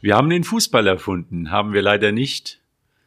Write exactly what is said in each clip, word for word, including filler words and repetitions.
Wir haben den Fußball erfunden, haben wir leider nicht.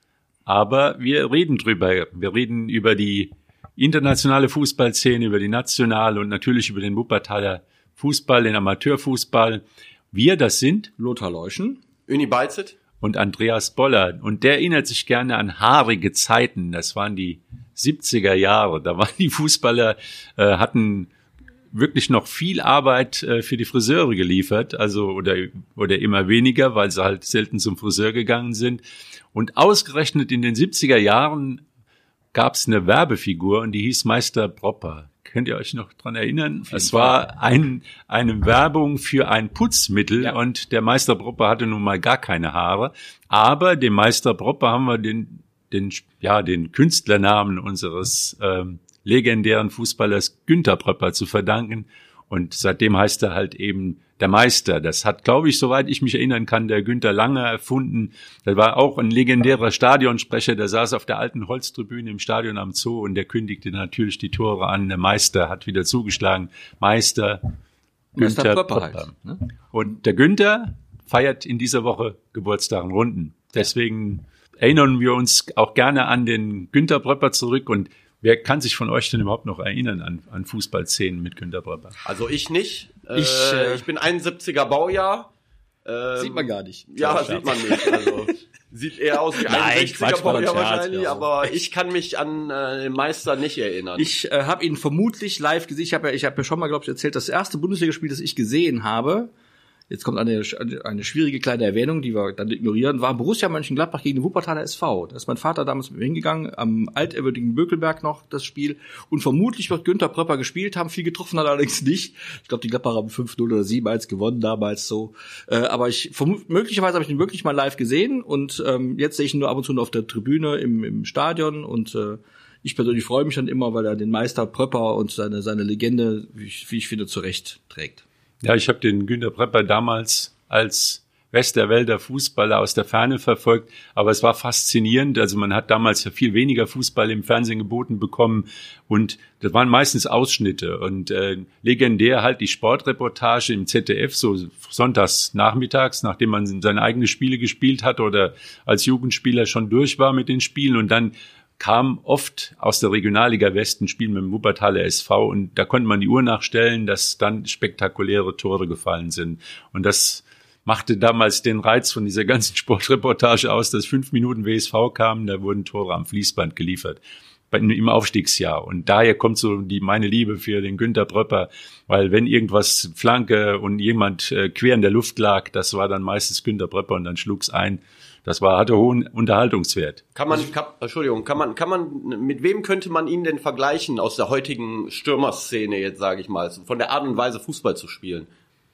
Aber wir reden drüber. Wir reden über die internationale Fußballszene, über die nationale und natürlich über den Wuppertaler Fußball, den Amateurfußball. Wir, das sind Lothar Leuschen, Uni Beizet und Andreas Boller. Und der erinnert sich gerne an haarige Zeiten. Das waren die siebziger Jahre. Da waren die Fußballer, äh, hatten wirklich noch viel Arbeit äh, für die Friseure geliefert, also oder oder immer weniger, weil sie halt selten zum Friseur gegangen sind. Und ausgerechnet in den siebziger Jahren gab es eine Werbefigur und die hieß Meister Propper. Könnt ihr euch noch dran erinnern? Es war ein, eine Werbung für ein Putzmittel, ja. Und der Meister Propper hatte nun mal gar keine Haare. Aber dem Meister Propper haben wir den, den, ja, den Künstlernamen unseres ähm, legendären Fußballers Günter Propper zu verdanken. Und seitdem heißt er halt eben der Meister. Das hat, glaube ich, soweit ich mich erinnern kann, der Günter Lange erfunden. Der war auch ein legendärer Stadionsprecher. Der saß auf der alten Holztribüne im Stadion am Zoo und der kündigte natürlich die Tore an. Der Meister hat wieder zugeschlagen. Meister Meister Günter Propper Propper. halt, ne? Und der Günter feiert in dieser Woche Geburtstag in Runden. Deswegen erinnern wir uns auch gerne an den Günter Propper zurück. Und wer kann sich von euch denn überhaupt noch erinnern an, an Fußballszenen mit Günter Propper? Also ich nicht. Ich, äh, äh, ich bin einundsiebziger Baujahr. Ähm, sieht man gar nicht. Ja, sieht man nicht. Also sieht eher aus wie Nein, einundsechziger Quatsch, war Baujahr ein Scherz, wahrscheinlich, ja. aber ich kann mich an äh, den Meister nicht erinnern. Ich äh, habe ihn vermutlich live gesehen. Ich habe ja, ich habe ja schon mal, glaube ich, erzählt, das erste Bundesligaspiel, das ich gesehen habe, jetzt kommt eine, eine schwierige kleine Erwähnung, die wir dann ignorieren, war Borussia Mönchengladbach gegen den Wuppertaler S V. Da ist mein Vater damals mit mir hingegangen, am altehrwürdigen Bökelberg noch das Spiel. Und vermutlich wird Günter Propper gespielt haben, viel getroffen hat er allerdings nicht. Ich glaube, die Gladbacher haben fünf null oder sieben eins gewonnen damals so. Äh, aber ich vermut, möglicherweise habe ich ihn wirklich mal live gesehen und ähm, jetzt sehe ich ihn nur ab und zu nur auf der Tribüne im, im Stadion und äh, ich persönlich freue mich dann immer, weil er den Meister Propper und seine seine Legende, wie ich, wie ich finde, zurecht trägt. Ja, ich habe den Günter Propper damals als Westerwälder Fußballer aus der Ferne verfolgt, aber es war faszinierend. Also man hat damals ja viel weniger Fußball im Fernsehen geboten bekommen und das waren meistens Ausschnitte und äh, legendär halt die Sportreportage im Z D F, so sonntags nachmittags, nachdem man seine eigenen Spiele gespielt hat oder als Jugendspieler schon durch war mit den Spielen und dann kam oft aus der Regionalliga Westen Spiel mit dem Wuppertaler S V und da konnte man die Uhr nachstellen, dass dann spektakuläre Tore gefallen sind. Und das machte damals den Reiz von dieser ganzen Sportreportage aus, dass fünf Minuten W S V kamen, da wurden Tore am Fließband geliefert. Im Aufstiegsjahr. Und daher kommt so die meine Liebe für den Günter Propper, weil wenn irgendwas Flanke und jemand äh, quer in der Luft lag, das war dann meistens Günter Propper und dann schlug's ein. Das war, hatte hohen Unterhaltungswert. Kann man, kann, Entschuldigung, kann man, kann man, mit wem könnte man ihn denn vergleichen aus der heutigen Stürmerszene jetzt, sage ich mal, von der Art und Weise Fußball zu spielen?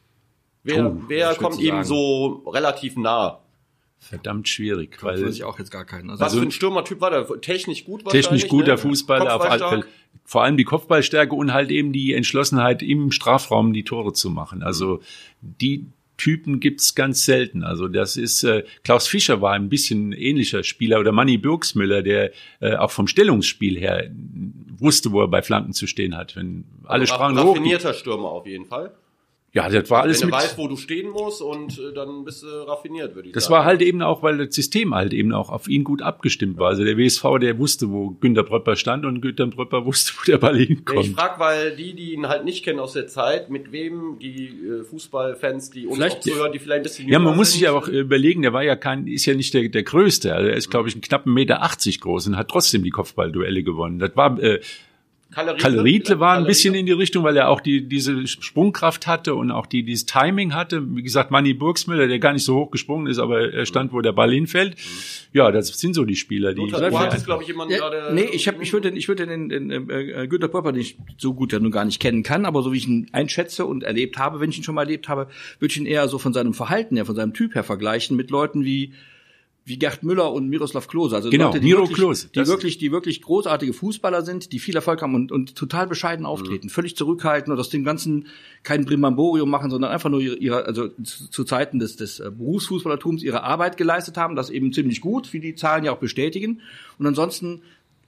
Wer, Oh, wer kommt ihm sagen. so relativ nah? Verdammt schwierig, Weil weil ich auch jetzt gar keinen. Also Was für ein Stürmertyp war der? Technisch gut wahrscheinlich? technisch guter ne? Fußballer, auf alle Fälle. Vor allem die Kopfballstärke und halt eben die Entschlossenheit im Strafraum die Tore zu machen. Also die Typen gibt's ganz selten. Also das ist äh, Klaus Fischer war ein bisschen ähnlicher Spieler oder Manni Birksmüller, der äh, auch vom Stellungsspiel her wusste, wo er bei Flanken zu stehen hat. Wenn alle also sprangen hoch. Raffinierter Stürmer auf jeden Fall. Ja, das war alles Wenn du mit. weißt, wo du stehen musst und äh, dann bist du raffiniert, würde ich Das sagen. war halt eben auch, weil das System halt eben auch auf ihn gut abgestimmt war. Also der W S V, der wusste, wo Günter Propper stand und Günter Propper wusste, wo der Ball hinkommt. Ja, ich frage, weil die, die ihn halt nicht kennen aus der Zeit, mit wem die äh, Fußballfans, die uns Vielleicht- auch zuhören, die vielleicht ein bisschen Ja, man jünger muss sich sind. ja auch überlegen, der war ja kein, ist ja nicht der, der Größte. Also er ist, glaube ich, einen knappen Meter achtzig groß und hat trotzdem die Kopfballduelle gewonnen. Das war, äh, Kalle Kalle Riedle war ein Kalle bisschen Riedle. in die Richtung, weil er auch die, diese Sprungkraft hatte und auch die, dieses Timing hatte. Wie gesagt, Manni Birksmüller, der gar nicht so hoch gesprungen ist, aber er stand, wo der Ball hinfällt. Ja, das sind so die Spieler, die. Lothar, du hattest, glaube ich, jemanden Ja, gerade. nee, ich hab, ich würde, ich würde den, den, den äh, Günter Propper nicht so gut ja nun gar nicht kennen kann, aber so wie ich ihn einschätze und erlebt habe, wenn ich ihn schon mal erlebt habe, würde ich ihn eher so von seinem Verhalten her, von seinem Typ her vergleichen mit Leuten wie wie Gerd Müller und Miroslav Klose, also Genau, Leute, die, Miro wirklich, Klose, die das- wirklich, die wirklich großartige Fußballer sind, die viel Erfolg haben und, und total bescheiden auftreten, völlig zurückhaltend und aus dem Ganzen kein Brimborium machen, sondern einfach nur ihre, ihre also zu, zu Zeiten des, des äh, Berufsfußballertums ihre Arbeit geleistet haben, das eben ziemlich gut, wie die Zahlen ja auch bestätigen und ansonsten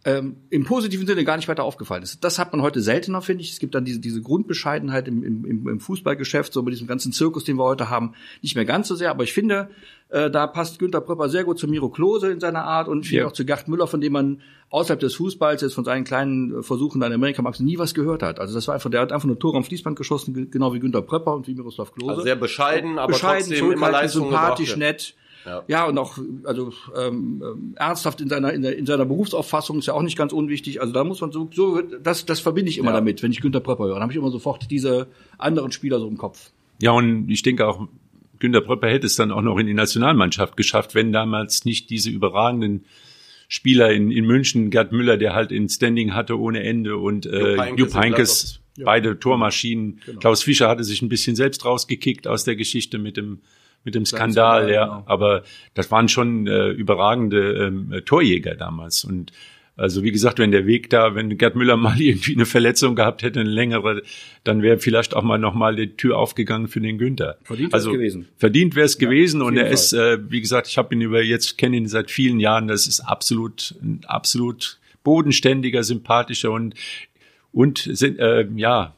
ähm, im positiven Sinne gar nicht weiter aufgefallen ist. Das hat man heute seltener, finde ich. Es gibt dann diese, diese Grundbescheidenheit im, im, im Fußballgeschäft, so bei diesem ganzen Zirkus, den wir heute haben, nicht mehr ganz so sehr. Aber ich finde, äh, da passt Günter Pröpper sehr gut zu Miro Klose in seiner Art und ja. auch zu Gerd Müller, von dem man außerhalb des Fußballs, jetzt von seinen kleinen Versuchen in Amerika Max nie was gehört hat. Also das war einfach, der hat einfach eine Tore am Fließband geschossen, genau wie Günter Pröpper und wie Miroslav Klose. Also sehr bescheiden, aber bescheiden, trotzdem immer Leistungen sympathisch, gebracht. nett. Ja. Ja, und auch also ähm, ernsthaft in seiner in, der, in seiner Berufsauffassung ist ja auch nicht ganz unwichtig. Also da muss man so so das das verbinde ich immer ja. damit, wenn ich Günter Pröpper höre. Dann habe ich immer sofort diese anderen Spieler so im Kopf. Ja, und ich denke auch, Günter Pröpper hätte es dann auch noch in die Nationalmannschaft geschafft, wenn damals nicht diese überragenden Spieler in, in München, Gerd Müller, der halt ein Standing hatte ohne Ende und äh, Jupp Heynckes, beide Tormaschinen. Genau. Klaus Fischer hatte sich ein bisschen selbst rausgekickt aus der Geschichte mit dem mit dem Skandal, Skandal ja. Genau. Aber das waren schon äh, überragende ähm, Torjäger damals. Und also wie gesagt, wenn der Weg da, wenn Gerd Müller mal irgendwie eine Verletzung gehabt hätte, eine längere, dann wäre vielleicht auch mal nochmal die Tür aufgegangen für den Günther. Verdient wäre es also, gewesen. Verdient wäre es ja, gewesen. Und er Fall. ist, äh, wie gesagt, ich habe ihn über jetzt kenne ihn seit vielen Jahren. Das ist absolut, ein absolut bodenständiger, sympathischer und und äh, ja.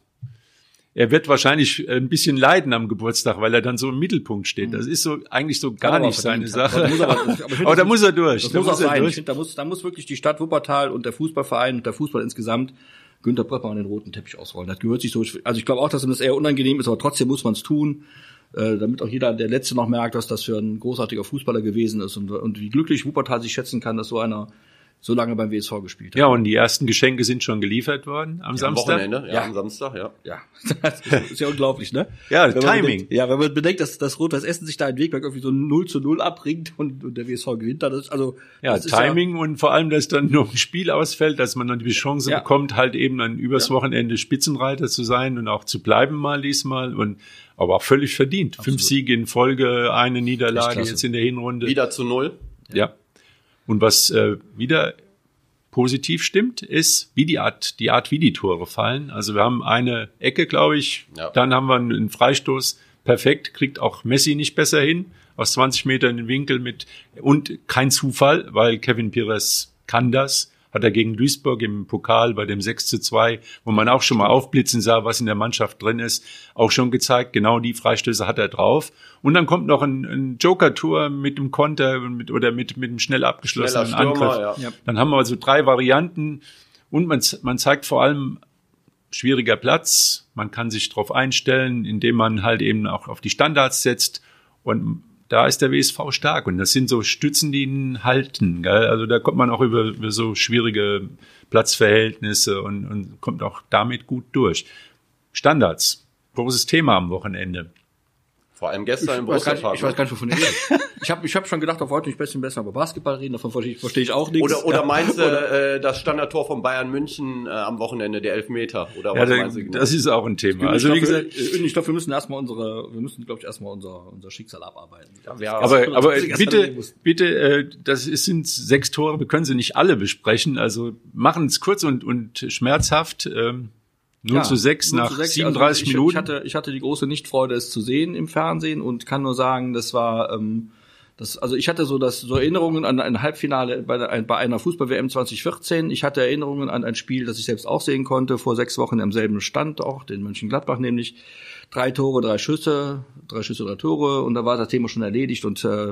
Er wird wahrscheinlich ein bisschen leiden am Geburtstag, weil er dann so im Mittelpunkt steht. Das ist so eigentlich so gar nicht seine Sache. Aber, aber, aber, aber da muss er durch. Das da muss auch sein. Durch. Ich finde, da muss, da muss wirklich die Stadt Wuppertal und der Fußballverein und der Fußball insgesamt Günter Pröpper an den roten Teppich ausrollen. Das gehört sich so. Also ich glaube auch, dass ihm das eher unangenehm ist, aber trotzdem muss man es tun, äh, damit auch jeder, der Letzte noch merkt, dass das für ein großartiger Fußballer gewesen ist und, und wie glücklich Wuppertal sich schätzen kann, dass so einer so lange beim W S V gespielt hat. Ja, und die ersten Geschenke sind schon geliefert worden am ja, Samstag. Am Wochenende, ja, ja, am Samstag, ja. Ja, das ist ja unglaublich, ne? Ja, wenn Timing. Bedenkt, ja, wenn man bedenkt, dass das Rot-Weiß Essen sich da in Wegberg irgendwie so null zu null abbringt und, und der W S V gewinnt, dann ist also ja, das Timing ist ja, und vor allem, dass dann noch ein Spiel ausfällt, dass man dann die Chance ja. bekommt, halt eben dann übers ja. Wochenende Spitzenreiter zu sein und auch zu bleiben mal diesmal und aber auch völlig verdient. Absolut. Fünf Siege in Folge, eine Niederlage jetzt in der Hinrunde. Wieder zu null. Ja. Und was äh, wieder positiv stimmt, ist, wie die Art, die Art, wie die Tore fallen. Also wir haben eine Ecke, glaube ich, ja. Dann haben wir einen Freistoß, perfekt, kriegt auch Messi nicht besser hin, aus zwanzig Metern den Winkel mit, und kein Zufall, weil Kevin Pires kann das, hat er gegen Duisburg im Pokal bei dem sechs zu zwei, wo man auch schon mal aufblitzen sah, was in der Mannschaft drin ist, auch schon gezeigt, genau die Freistöße hat er drauf. Und dann kommt noch ein, ein Joker-Tour mit dem Konter mit, oder mit, mit einem schnell abgeschlossenen Stürmer, Angriff. Ja. Dann haben wir also drei Varianten und man, man zeigt vor allem schwieriger Platz. Man kann sich darauf einstellen, indem man halt eben auch auf die Standards setzt und da ist der W S V stark und das sind so Stützen, die ihn halten. Gell? Also da kommt man auch über, über so schwierige Platzverhältnisse und, und kommt auch damit gut durch. Standards, großes Thema am Wochenende. Vor allem gestern ich im Borussia Park. Ich weiß gar nicht, wovon ihr redet. Ich habe ich hab schon gedacht, auf heute nicht ein bisschen besser über Basketball reden, davon verstehe ich, verstehe ich auch nichts. Oder, oder ja. meinst du äh, das Standardtor von Bayern München äh, am Wochenende, der Elfmeter? Oder ja, was da, meinst du genau? Das ist auch ein Thema. Ich also glaub, wie gesagt, ich glaube, wir müssen erstmal unsere, wir müssen, glaube ich, erstmal unser unser Schicksal abarbeiten. Ja, aber aber bitte, bitte, äh, das ist, sind sechs Tore, wir können sie nicht alle besprechen. Also machen es kurz und und schmerzhaft. Ähm, null zu sechs nach siebenunddreißig also ich, Minuten. Ich hatte, ich hatte die große Nichtfreude, es zu sehen im Fernsehen und kann nur sagen, das war, ähm, das, also ich hatte so das, so Erinnerungen an ein Halbfinale bei, der, bei einer Fußball-W M zwanzig vierzehn. Ich hatte Erinnerungen an ein Spiel, das ich selbst auch sehen konnte, vor sechs Wochen am selben Standort, in Mönchengladbach nämlich. Drei Tore, drei Schüsse, drei Schüsse, drei Tore und da war das Thema schon erledigt und, äh,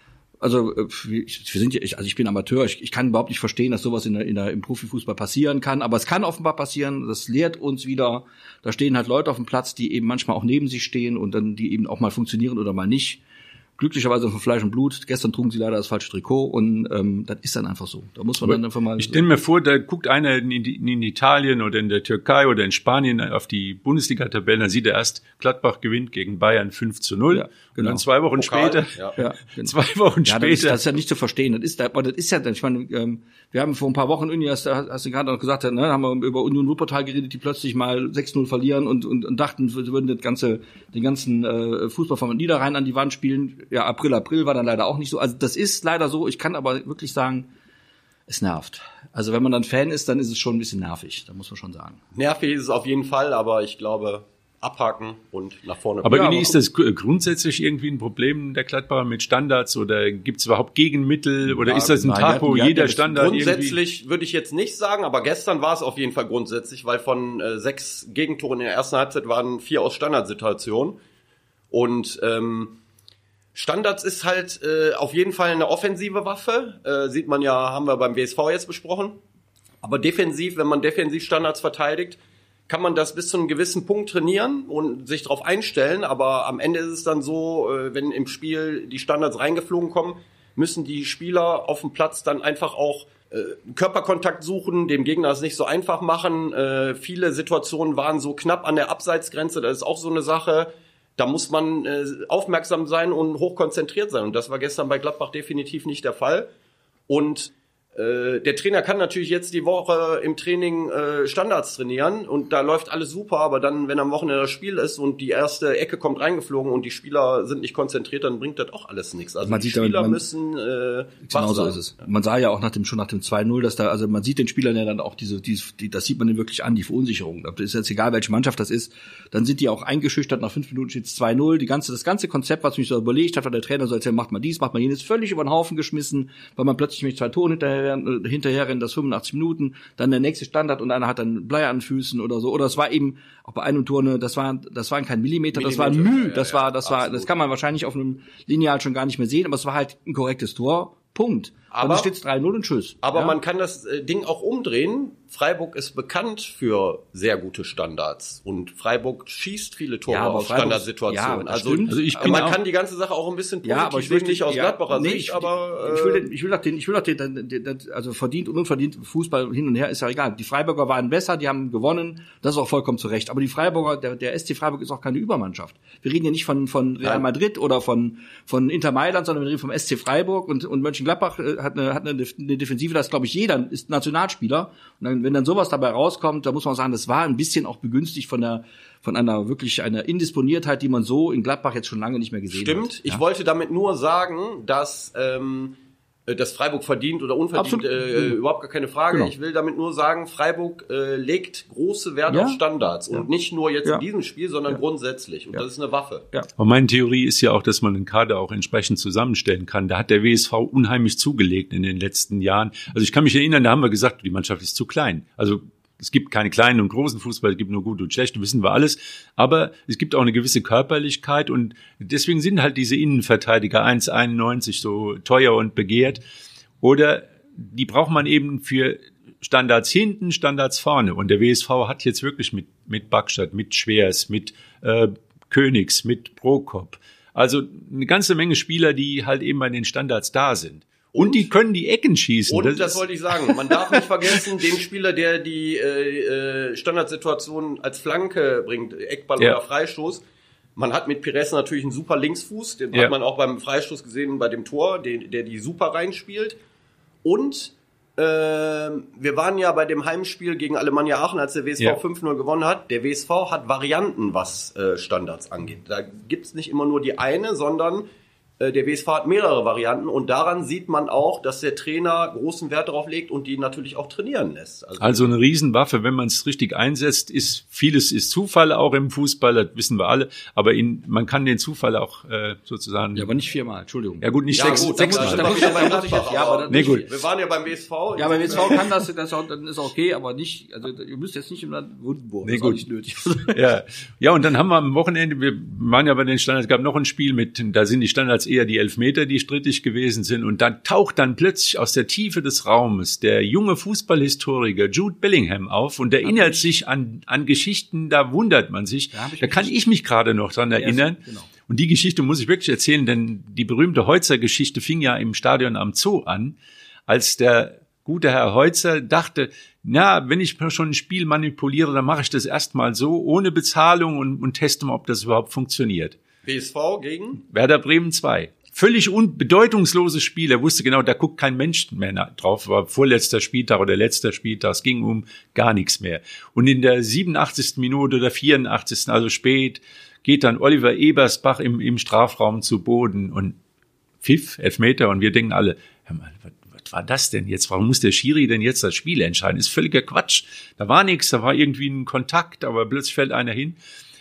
Also wir sind ja, also ich bin Amateur, ich, ich kann überhaupt nicht verstehen, dass sowas in der, in der, im Profifußball passieren kann, aber es kann offenbar passieren, das lehrt uns wieder, da stehen halt Leute auf dem Platz, die eben manchmal auch neben sich stehen und dann die eben auch mal funktionieren oder mal nicht. Glücklicherweise von Fleisch und Blut, gestern trugen sie leider das falsche Trikot und ähm, das ist dann einfach so. Da muss man aber dann einfach mal... Ich stelle mir vor, da guckt einer in, in Italien oder in der Türkei oder in Spanien auf die Bundesliga-Tabellen, dann sieht er erst, Gladbach gewinnt gegen Bayern fünf zu null. Ja, genau. Und dann zwei Wochen Pokal, später, ja. Ja, genau. zwei Wochen ja, später. Das ist, das ist ja nicht zu verstehen. Das ist, aber das ist ja, ich meine, ähm, wir haben vor ein paar Wochen, Uni, hast, hast du gerade noch gesagt, ne, haben wir über Union Wuppertal geredet, die plötzlich mal sechs null verlieren und, und, und dachten, sie würden das ganze, den ganzen äh, Fußball von Niederrhein an die Wand spielen. Ja, April, April war dann leider auch nicht so. Also das ist leider so. Ich kann aber wirklich sagen, es nervt. Also wenn man dann Fan ist, dann ist es schon ein bisschen nervig. Da muss man schon sagen. Nervig ist es auf jeden Fall, aber ich glaube, abhaken und nach vorne. Aber ja, Willi, ist das grundsätzlich irgendwie ein Problem der Gladbacher mit Standards oder gibt es überhaupt Gegenmittel oder ja, ist das ein nein, Tag, wo ja, jeder Standard grundsätzlich irgendwie? Würde ich jetzt nicht sagen, aber gestern war es auf jeden Fall grundsätzlich, weil von äh, sechs Gegentoren in der ersten Halbzeit waren vier aus Standardsituationen und ähm, Standards ist halt äh, auf jeden Fall eine offensive Waffe, äh, sieht man ja, haben wir beim W S V jetzt besprochen, aber defensiv, wenn man defensiv Standards verteidigt, kann man das bis zu einem gewissen Punkt trainieren und sich darauf einstellen, aber am Ende ist es dann so, wenn im Spiel die Standards reingeflogen kommen, müssen die Spieler auf dem Platz dann einfach auch äh, Körperkontakt suchen, dem Gegner es nicht so einfach machen. Äh, viele Situationen waren so knapp an der Abseitsgrenze, das ist auch so eine Sache. Da muss man äh, aufmerksam sein und hochkonzentriert sein und das war gestern bei Gladbach definitiv nicht der Fall. Und der Trainer kann natürlich jetzt die Woche im Training äh, Standards trainieren und da läuft alles super, aber dann, wenn am Wochenende das Spiel ist und die erste Ecke kommt reingeflogen und die Spieler sind nicht konzentriert, dann bringt das auch alles nichts. Also man die sieht Spieler damit, man, müssen äh, genau so ist es. Man sah ja auch nach dem schon nach dem zwei null, dass da, also man sieht den Spielern ja dann auch diese, diese die, das sieht man denen wirklich an, die Verunsicherung. Das ist jetzt egal, welche Mannschaft das ist, dann sind die auch eingeschüchtert, nach fünf Minuten steht es zwei null, die ganze, das ganze Konzept, was mich so überlegt hat, der Trainer so erzählt, macht man dies, macht man jenes, völlig über den Haufen geschmissen, weil man plötzlich mit zwei Toren hinterher, äh, hinterher rennt, das fünfundachtzig Minuten, dann der nächste Standard und einer hat dann Blei an Füßen oder so, oder es war eben auch bei einem Tor, das waren das waren kein Millimeter, das war ein Müh, das war das war das kann man wahrscheinlich auf einem Lineal schon gar nicht mehr sehen, aber es war halt ein korrektes Tor. Punkt. Aber dann steht's drei null und tschüss. Aber ja? Man kann das Ding auch umdrehen. Freiburg ist bekannt für sehr gute Standards und Freiburg schießt viele Tore ja, auf Standardsituationen. Ja, also, also ich man auch, kann die ganze Sache auch ein bisschen positiv ja, aber ich will nicht aus ja, Gladbacher nee, Sicht, ich, aber ich will den, ich will doch den, ich will doch den, den, den, den, also verdient und unverdient Fußball hin und her ist ja egal. Die Freiburger waren besser, die haben gewonnen, das ist auch vollkommen zu Recht. Aber die Freiburger, der, der S C Freiburg ist auch keine Übermannschaft. Wir reden ja nicht von von Real Nein. Madrid oder von von Inter Mailand, sondern wir reden vom S C Freiburg und und Mönchengladbach hat eine hat eine, eine Defensive, das glaube ich jeder ist Nationalspieler. Und dann, wenn dann sowas dabei rauskommt, da muss man sagen, das war ein bisschen auch begünstigt von der von einer wirklich einer Indisponiertheit, die man so in Gladbach jetzt schon lange nicht mehr gesehen Stimmt. hat. Stimmt. Ich ja? wollte damit nur sagen, dass ähm, dass Freiburg verdient oder unverdient, äh, überhaupt gar keine Frage. Genau. Ich will damit nur sagen, Freiburg äh, legt große Werte ja? auf Standards und ja. nicht nur jetzt ja. in diesem Spiel, sondern ja. grundsätzlich. Und ja. das ist eine Waffe. Ja. Aber meine Theorie ist ja auch, dass man den Kader auch entsprechend zusammenstellen kann. Da hat der W S V unheimlich zugelegt in den letzten Jahren. Also ich kann mich erinnern, da haben wir gesagt, die Mannschaft ist zu klein. Also es gibt keine kleinen und großen Fußball, es gibt nur gut und schlecht, wissen wir alles. Aber es gibt auch eine gewisse Körperlichkeit und deswegen sind halt diese Innenverteidiger eins Komma einundneunzig so teuer und begehrt. Oder die braucht man eben für Standards hinten, Standards vorne. Und der W S V hat jetzt wirklich mit mit Backstadt, mit Schwers, mit äh, Königs, mit Prokop, also eine ganze Menge Spieler, die halt eben bei den Standards da sind. Und, und die können die Ecken schießen. Und das, das wollte ich sagen. Man darf nicht vergessen, den Spieler, der die äh, Standardsituation als Flanke bringt, Eckball ja. oder Freistoß. Man hat mit Pires natürlich einen super Linksfuß. Den ja. hat man auch beim Freistoß gesehen, bei dem Tor, den, der die super reinspielt. Und äh, wir waren ja bei dem Heimspiel gegen Alemannia Aachen, als der W S V ja. fünf null gewonnen hat. Der W S V hat Varianten, was äh, Standards angeht. Da gibt's nicht immer nur die eine, sondern der W S V hat mehrere Varianten und daran sieht man auch, dass der Trainer großen Wert darauf legt und die natürlich auch trainieren lässt. Also, also eine Riesenwaffe, wenn man es richtig einsetzt, ist vieles ist Zufall auch im Fußball, das wissen wir alle, aber in, man kann den Zufall auch äh, sozusagen... Ja, aber nicht viermal, Entschuldigung. Ja gut, nicht ja, sechs, gut, sechsmal. Da muss ich aber muss ich jetzt, ja, aber nee, gut. Wir waren ja beim W S V. Ja, beim W S V kann das, das auch, dann ist auch okay, aber nicht, also ihr müsst jetzt nicht im Land Wundenburg, nee, das gut. ist auch nicht nötig. Ja. Ja, und dann haben wir am Wochenende, wir waren ja bei den Standards, es gab noch ein Spiel mit, da sind die Standards eher die Elfmeter, die strittig gewesen sind. Und dann taucht dann plötzlich aus der Tiefe des Raumes der junge Fußballhistoriker Jude Bellingham auf und erinnert sich an, an Geschichten, da wundert man sich. Da, da kann ich mich gerade noch dran erinnern. Genau. Und die Geschichte muss ich wirklich erzählen, denn die berühmte Heutzer-Geschichte fing ja im Stadion am Zoo an, als der gute Herr Heutzer dachte, na, wenn ich schon ein Spiel manipuliere, dann mache ich das erstmal so, ohne Bezahlung und, und teste mal, ob das überhaupt funktioniert. W S V gegen? Werder Bremen zwei. Völlig unbedeutungsloses Spiel. Er wusste genau, da guckt kein Mensch mehr drauf. War vorletzter Spieltag oder letzter Spieltag. Es ging um gar nichts mehr. Und in der siebenundachtzigsten Minute oder vierundachtzigsten also spät, geht dann Oliver Ebersbach im, im Strafraum zu Boden und Pfiff, Elfmeter. Und wir denken alle, hör mal, was, was war das denn jetzt? Warum muss der Schiri denn jetzt das Spiel entscheiden? Ist völliger Quatsch. Da war nichts, da war irgendwie ein Kontakt, aber plötzlich fällt einer hin.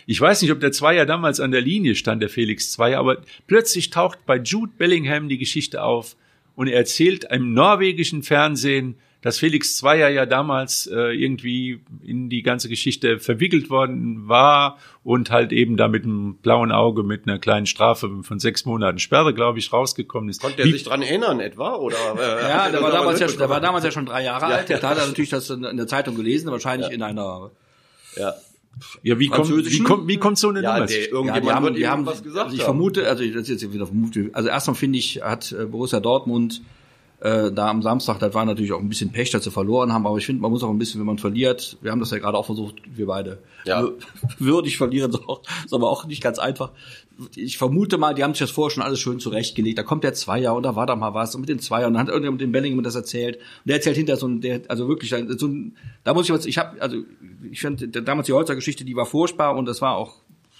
Ich weiß nicht, ob der Zweier damals an der Linie stand, der Felix Zweier, aber plötzlich taucht bei Jude Bellingham die Geschichte auf und er erzählt im norwegischen Fernsehen, dass Felix Zweier ja damals äh, irgendwie in die ganze Geschichte verwickelt worden war und halt eben da mit einem blauen Auge mit einer kleinen Strafe von sechs Monaten Sperre, glaube ich, rausgekommen ist. Konnte er Wie, sich dran erinnern etwa? Oder, äh, ja, der war, damals ja, der war damals ja schon drei Jahre ja, alt. Da hat er natürlich das in der Zeitung gelesen, wahrscheinlich ja. in einer... Ja. Ja, wie kommt, wie kommt, wie kommt so eine ja, Nummer? Der, irgendjemand ja, die haben, wird die haben was gesagt. Also ich vermute, also das ist jetzt wieder vermute, also erstmal finde ich, hat Borussia Dortmund Äh, da am Samstag, das war natürlich auch ein bisschen Pech, dass sie verloren haben, aber ich finde, man muss auch ein bisschen, wenn man verliert, wir haben das ja gerade auch versucht, wir beide, ja. würdig verlieren, ist, auch, ist aber auch nicht ganz einfach. Ich vermute mal, die haben sich das vorher schon alles schön zurechtgelegt, da kommt der Zweier und da war da mal was und mit den Zweier und dann hat irgendjemand den Bellingham das erzählt und der erzählt hinter so ein, der, also wirklich, so ein, da muss ich was, ich habe, also ich finde, damals die Holzer Geschichte, die war furchtbar und das war auch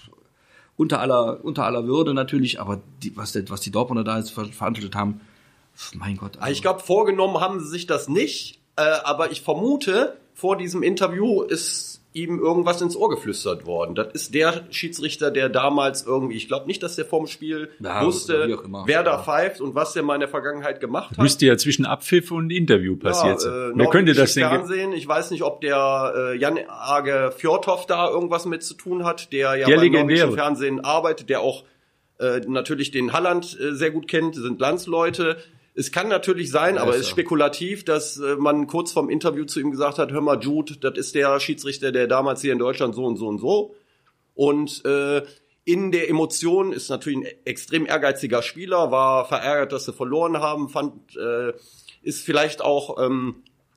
unter aller, unter aller Würde natürlich, aber die, was, der, was die Dortmunder da jetzt ver- veranstaltet haben, mein Gott. Also. Ich glaube, vorgenommen haben sie sich das nicht, äh, aber ich vermute, vor diesem Interview ist ihm irgendwas ins Ohr geflüstert worden. Das ist der Schiedsrichter, der damals irgendwie, ich glaube nicht, dass der vorm Spiel ja, wusste, wer da pfeift und was der mal in der Vergangenheit gemacht hat. Müsste ja zwischen Abpfiff und Interview passiert sein. Ja, äh, Wer könnte das denn Fernsehen. Ich weiß nicht, ob der äh, Jan-Age Fjordhoff da irgendwas mit zu tun hat, der ja der beim norwegischen Fernsehen arbeitet, der auch äh, natürlich den Halland äh, sehr gut kennt, sind Landsleute. Es kann natürlich sein, ja, aber es ist spekulativ, dass äh, man kurz vorm Interview zu ihm gesagt hat, hör mal Jude, das ist der Schiedsrichter, der damals hier in Deutschland so und so und so. Und äh, in der Emotion ist natürlich ein extrem ehrgeiziger Spieler, war verärgert, dass sie verloren haben, fand, äh, ist vielleicht auch ähm,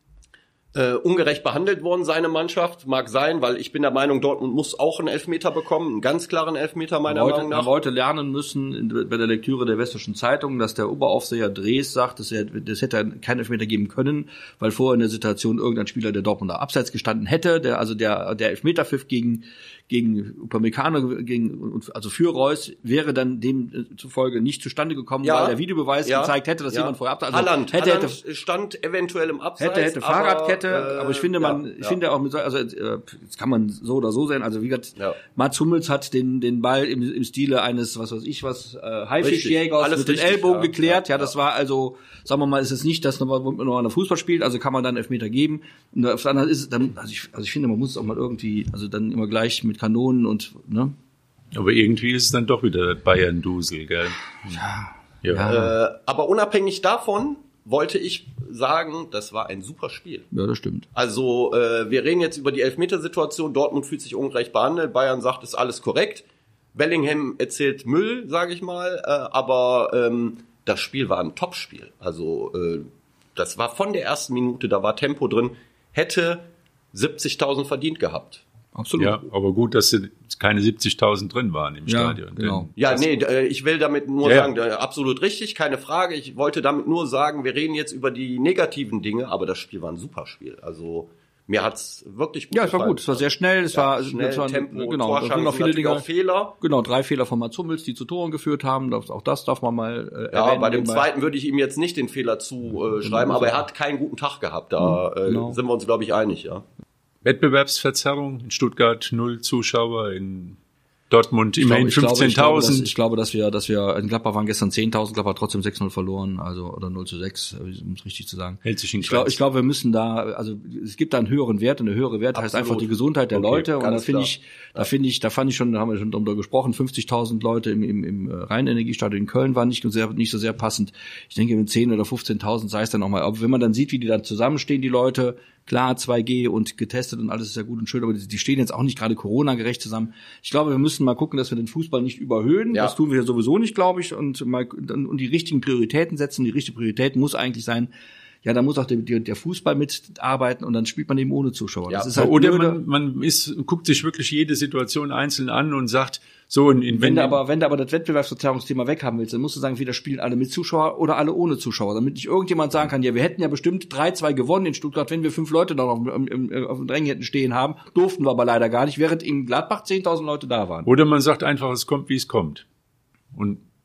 äh, ungerecht behandelt worden, seine Mannschaft. Mag sein, weil ich bin der Meinung, Dortmund muss auch einen Elfmeter bekommen, einen ganz klaren Elfmeter meiner man Meinung nach. Man wollte lernen müssen in, bei der Lektüre der Westdeutschen Zeitung, dass der Oberaufseher Drees sagt, dass er, das hätte er keinen Elfmeter geben können, weil vorher in der Situation irgendein Spieler der Dortmunder abseits gestanden hätte, der also der der Elfmeterpfiff gegen gegen Upamecano, gegen also für Reus wäre dann demzufolge nicht zustande gekommen, ja, weil der Videobeweis ja, gezeigt hätte, dass ja. jemand vorher abseits also Halland, hätte, Halland hätte, stand eventuell im Abseits, hätte hätte aber, Fahrradkette, äh, aber ich finde man, ja, ich ja. finde auch mit, also äh, das kann man so oder so sehen. Also wie gesagt, ja. Mats Hummels hat den den Ball im, im Stile eines was weiß ich was äh, Haifischjägers mit den Ellbogen ja. geklärt. Ja, ja, das war also, sagen wir mal, ist es nicht, dass man noch einer Fußball spielt, also kann man dann Elfmeter geben. Und auf der anderen ist es dann, also ich, also ich finde, man muss es auch mal irgendwie, also dann immer gleich mit Kanonen und ne. Aber irgendwie ist es dann doch wieder Bayern-Dusel, gell? Ja. ja. ja. Äh, aber unabhängig davon wollte ich sagen, das war ein super Spiel. Ja, das stimmt. Also äh, wir reden jetzt über die Elfmetersituation. Dortmund fühlt sich ungerecht behandelt. Bayern sagt, ist alles korrekt. Bellingham erzählt Müll, sage ich mal. Äh, aber ähm, das Spiel war ein Topspiel. Also äh, das war von der ersten Minute, da war Tempo drin. Hätte siebzigtausend verdient gehabt. Absolut. Ja, aber gut, dass keine siebzigtausend drin waren im ja, Stadion. Genau. Ja, nee, ich will damit nur ja, sagen, absolut richtig, keine Frage. Ich wollte damit nur sagen, wir reden jetzt über die negativen Dinge, aber das Spiel war ein super Spiel. Also mir hat's wirklich gut gefallen. Ja, es war gefallen. gut, es war sehr schnell, es ja, war schnell, es war, Tempo, genau, es waren noch viele Dinge, auch Fehler. Genau, drei Fehler von Mats Hummels, die zu Toren geführt haben. Auch das darf man mal äh, ja, erwähnen. Bei dem zweiten würde ich ihm jetzt nicht den Fehler zuschreiben, äh, aber er hat keinen guten Tag gehabt. Da äh, genau. sind wir uns, glaube ich, einig, ja. Wettbewerbsverzerrung. In Stuttgart null Zuschauer, in Dortmund immerhin fünfzehntausend. Ich, ich glaube, dass wir, dass wir, in Gladbach waren gestern zehntausend, Gladbach trotzdem sechs null verloren, also, oder null zu sechs, um es richtig zu sagen. Hält sich in ich glaube, ich glaube, wir müssen da, also, es gibt da einen höheren Wert, und der höhere Wert heißt einfach die Gesundheit der okay, Leute, und da finde ich, da finde ich, da fand ich schon, da haben wir schon drüber gesprochen, fünfzigtausend Leute im, im, im Rhein-Energiestadion in Köln waren nicht so sehr, nicht so sehr passend. Ich denke, mit zehn oder fünfzehntausend sei es dann auch mal, aber wenn man dann sieht, wie die dann zusammenstehen, die Leute, klar, zwei G und getestet und alles ist ja gut und schön, aber die stehen jetzt auch nicht gerade Corona-gerecht zusammen. Ich glaube, wir müssen mal gucken, dass wir den Fußball nicht überhöhen. Ja. Das tun wir ja sowieso nicht, glaube ich, und mal und die richtigen Prioritäten setzen. Die richtige Priorität muss eigentlich sein, ja, da muss auch der, der Fußball mitarbeiten, und dann spielt man eben ohne Zuschauer. Ja. Das ist halt Oder man, man ist, guckt sich wirklich jede Situation einzeln an und sagt, so, in, in, wenn, wenn du aber, wenn du aber das Wettbewerbsverzerrungsthema weghaben willst, dann musst du sagen, entweder spielen alle mit Zuschauer oder alle ohne Zuschauer, damit nicht irgendjemand sagen kann, ja, wir hätten ja bestimmt drei zwei gewonnen in Stuttgart, wenn wir fünf Leute da noch auf, auf, auf dem Rängen hätten stehen haben, durften wir aber leider gar nicht, während in Gladbach zehntausend Leute da waren. Oder man sagt einfach, es kommt, wie es kommt. Und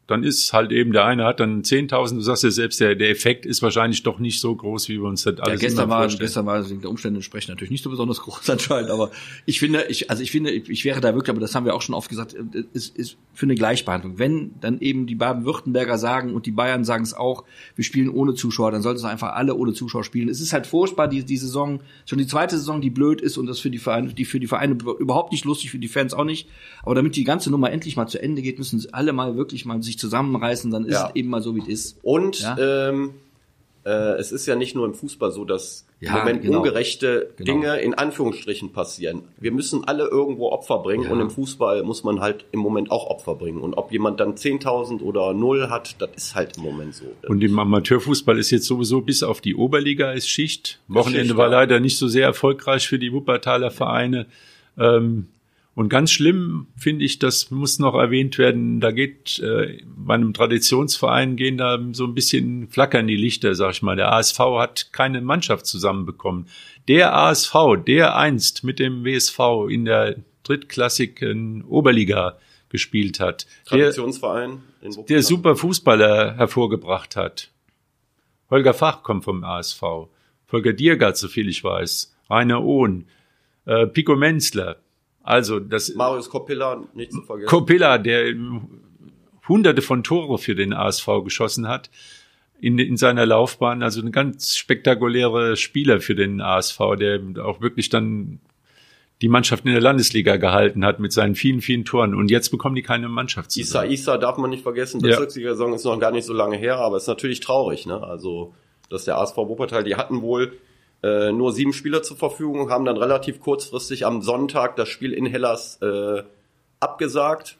dann ist halt eben, der eine hat dann zehntausend, du sagst ja selbst, der, der Effekt ist wahrscheinlich doch nicht so groß, wie wir uns das alles ja, gestern war, vorstellen. gestern war der Umstände entsprechend natürlich nicht so besonders groß anscheinend, aber ich finde, ich, also ich finde, ich, ich wäre da wirklich, aber das haben wir auch schon oft gesagt, ist, ist für eine Gleichbehandlung. Wenn dann eben die Baden-Württemberger sagen und die Bayern sagen es auch, wir spielen ohne Zuschauer, dann sollten sie einfach alle ohne Zuschauer spielen. Es ist halt furchtbar, die, die Saison, schon die zweite Saison, die blöd ist und das für die Vereine, die für die Vereine überhaupt nicht lustig, für die Fans auch nicht. Aber damit die ganze Nummer endlich mal zu Ende geht, müssen sie alle mal wirklich mal sich zusammenreißen, dann ist ja. es eben mal so, wie es ist. Und ja? ähm, äh, es ist ja nicht nur im Fußball so, dass ja, im Moment genau. ungerechte genau. Dinge in Anführungsstrichen passieren. Wir müssen alle irgendwo Opfer bringen ja. und im Fußball muss man halt im Moment auch Opfer bringen. Und ob jemand dann zehntausend oder null hat, das ist halt im Moment so. Und im Amateurfußball ist jetzt sowieso bis auf die Oberliga ist Schicht. Wochenende Schicht, war ja. leider nicht so sehr erfolgreich für die Wuppertaler Vereine. Ähm, Und ganz schlimm finde ich, das muss noch erwähnt werden, da geht äh, bei einem Traditionsverein gehen da so ein bisschen flackern die Lichter, sag ich mal. Der A S V hat keine Mannschaft zusammenbekommen. Der A S V, der einst mit dem W S V in der drittklassigen Oberliga gespielt hat, Traditionsverein der, in der super Fußballer hervorgebracht hat. Holger Fach kommt vom A S V, Volker Diergard, so viel ich weiß, Rainer Ohn, äh, Pico Menzler. Also das Marius Kopilla, nicht zu vergessen. Kopilla, der hunderte von Tore für den A S V geschossen hat in, in seiner Laufbahn. Also ein ganz spektakulärer Spieler für den A S V, der auch wirklich dann die Mannschaft in der Landesliga gehalten hat mit seinen vielen, vielen Toren. Und jetzt bekommen die keine Mannschaft zusammen. Issa Issa darf man nicht vergessen. Ja. Bezirksliga-Saison ist noch gar nicht so lange her, aber ist natürlich traurig, ne? Also, dass der A S V Wuppertal, die hatten wohl Äh, nur sieben Spieler zur Verfügung, haben dann relativ kurzfristig am Sonntag das Spiel in Hellas äh, abgesagt.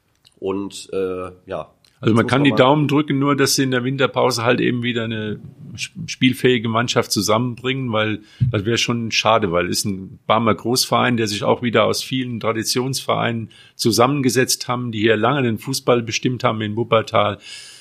Und äh, ja. Also man kann die Daumen drücken, nur dass sie in der Winterpause halt eben wieder eine spielfähige Mannschaft zusammenbringen, weil das wäre schon schade, weil es ist ein Barmer Großverein, der sich auch wieder aus vielen Traditionsvereinen zusammengesetzt haben, die hier lange den Fußball bestimmt haben in Wuppertal.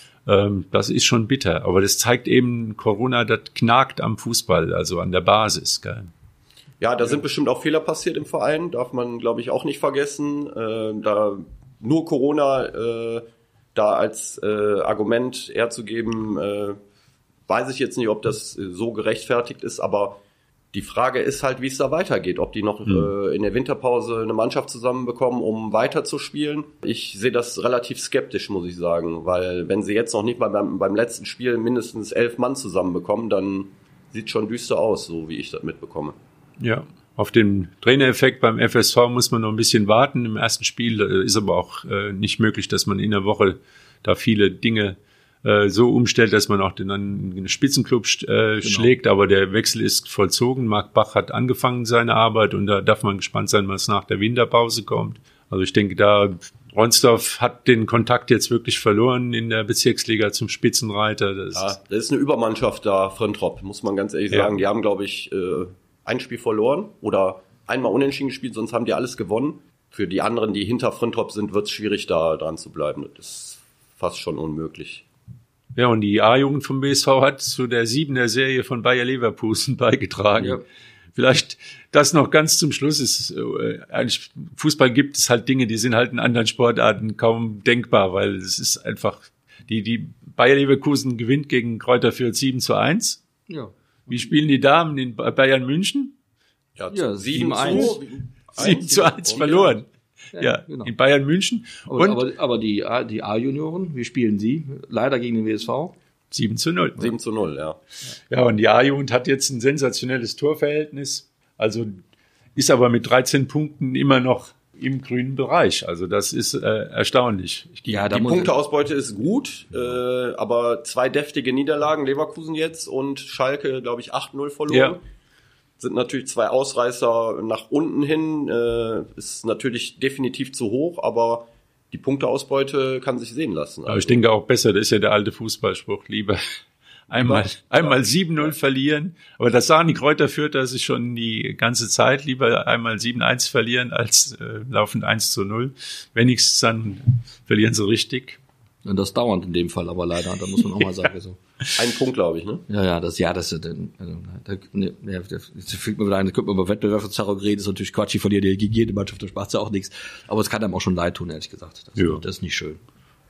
Das ist schon bitter, aber das zeigt eben, Corona, das knackt am Fußball, also an der Basis. Gell? Ja, da sind bestimmt auch Fehler passiert im Verein, darf man, glaube ich, auch nicht vergessen. Äh, da nur Corona äh, da als äh, Argument herzugeben, äh, weiß ich jetzt nicht, ob das so gerechtfertigt ist, aber die Frage ist halt, wie es da weitergeht, ob die noch hm. äh, in der Winterpause eine Mannschaft zusammenbekommen, um weiter zu spielen. Ich sehe das relativ skeptisch, muss ich sagen, weil wenn sie jetzt noch nicht mal beim, beim letzten Spiel mindestens elf Mann zusammenbekommen, dann sieht schon düster aus, so wie ich das mitbekomme. Ja, auf den Trainereffekt beim F S V muss man noch ein bisschen warten. Im ersten Spiel ist aber auch äh, nicht möglich, dass man in der Woche da viele Dinge so umstellt, dass man auch den, den Spitzenclub äh, genau. schlägt, aber der Wechsel ist vollzogen. Marc Bach hat angefangen seine Arbeit und da darf man gespannt sein, was nach der Winterpause kommt. Also ich denke, da Ronsdorf hat den Kontakt jetzt wirklich verloren in der Bezirksliga zum Spitzenreiter. Das ja, das ist eine Übermannschaft da, Frontrop, muss man ganz ehrlich ja. sagen. Die haben, glaube ich, ein Spiel verloren oder einmal unentschieden gespielt, sonst haben die alles gewonnen. Für die anderen, die hinter Frontrop sind, wird es schwierig, da dran zu bleiben. Das ist fast schon unmöglich. Ja, und die A-Jugend vom B S V hat zu der siebener Serie von Bayer Leverkusen beigetragen. Ja. Vielleicht das noch ganz zum Schluss ist, äh, eigentlich Fußball gibt es halt Dinge, die sind halt in anderen Sportarten kaum denkbar, weil es ist einfach, die, die Bayer Leverkusen gewinnt gegen Kräuter Fürth sieben zu eins. Ja. Wie spielen die Damen in Bayern München? Ja, ja sieben zu eins. sieben zu eins verloren. Ja, ja genau. In Bayern München. Und, aber, aber die, die A-Junioren, wie spielen sie? Leider gegen den W S V? sieben zu null. sieben zu null, ja. Ja, und die A-Jugend hat jetzt ein sensationelles Torverhältnis. Also ist aber mit dreizehn Punkten immer noch im grünen Bereich. Also das ist äh, erstaunlich. Ja, die Punkteausbeute ist gut, äh, aber zwei deftige Niederlagen, Leverkusen jetzt und Schalke, glaube ich, acht null verloren. Ja. Sind natürlich zwei Ausreißer nach unten hin, äh, ist natürlich definitiv zu hoch, aber die Punkteausbeute kann sich sehen lassen. Also. Aber ich denke auch besser, das ist ja der alte Fußballspruch, lieber einmal, einmal sieben null verlieren. Aber das sagen die Kräuter Fürther sich schon die ganze Zeit, lieber einmal sieben eins verlieren als äh, laufend eins zu null. Wenigstens dann verlieren sie richtig. Und das dauernd in dem Fall, aber leider, da muss man auch mal sagen. So. Ein Punkt, glaube ich, ne? Ja, ja, das, ja, das, also, da, ne, ja, jetzt fühlt man wieder ein, da könnte man über Wettbewerbsverzerrung reden, das ist natürlich Quatsch, die verliert jede Mannschaft, da spart ja auch nichts. Aber es kann einem auch schon leid tun, ehrlich gesagt. Das, ja. das ist nicht schön.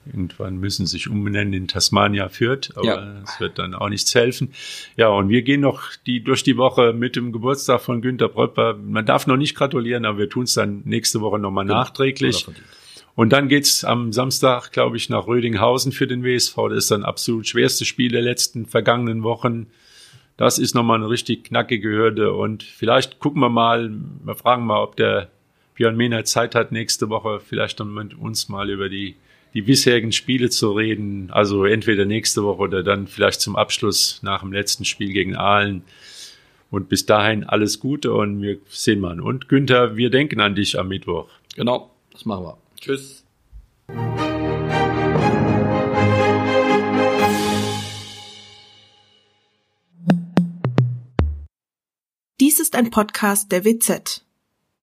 Irgendwann müssen sie sich umbenennen in Tasmania Fürth, aber Ja. es wird dann auch nichts helfen. Ja, und wir gehen noch die durch die Woche mit dem Geburtstag von Günter Bröpper. Man darf noch nicht gratulieren, aber wir tun es dann nächste Woche nochmal Genau. nachträglich. Oder verdient. Und dann geht's am Samstag, glaube ich, nach Rödinghausen für den W S V. Das ist dann absolut schwerste Spiel der letzten vergangenen Wochen. Das ist nochmal eine richtig knackige Hürde. Und vielleicht gucken wir mal, wir fragen mal, ob der Björn Mehner Zeit hat, nächste Woche vielleicht dann mit uns mal über die, die bisherigen Spiele zu reden. Also entweder nächste Woche oder dann vielleicht zum Abschluss nach dem letzten Spiel gegen Aalen. Und bis dahin alles Gute und wir sehen mal. Und Günther, wir denken an dich am Mittwoch. Genau, das machen wir. Tschüss. Dies ist ein Podcast der W Z.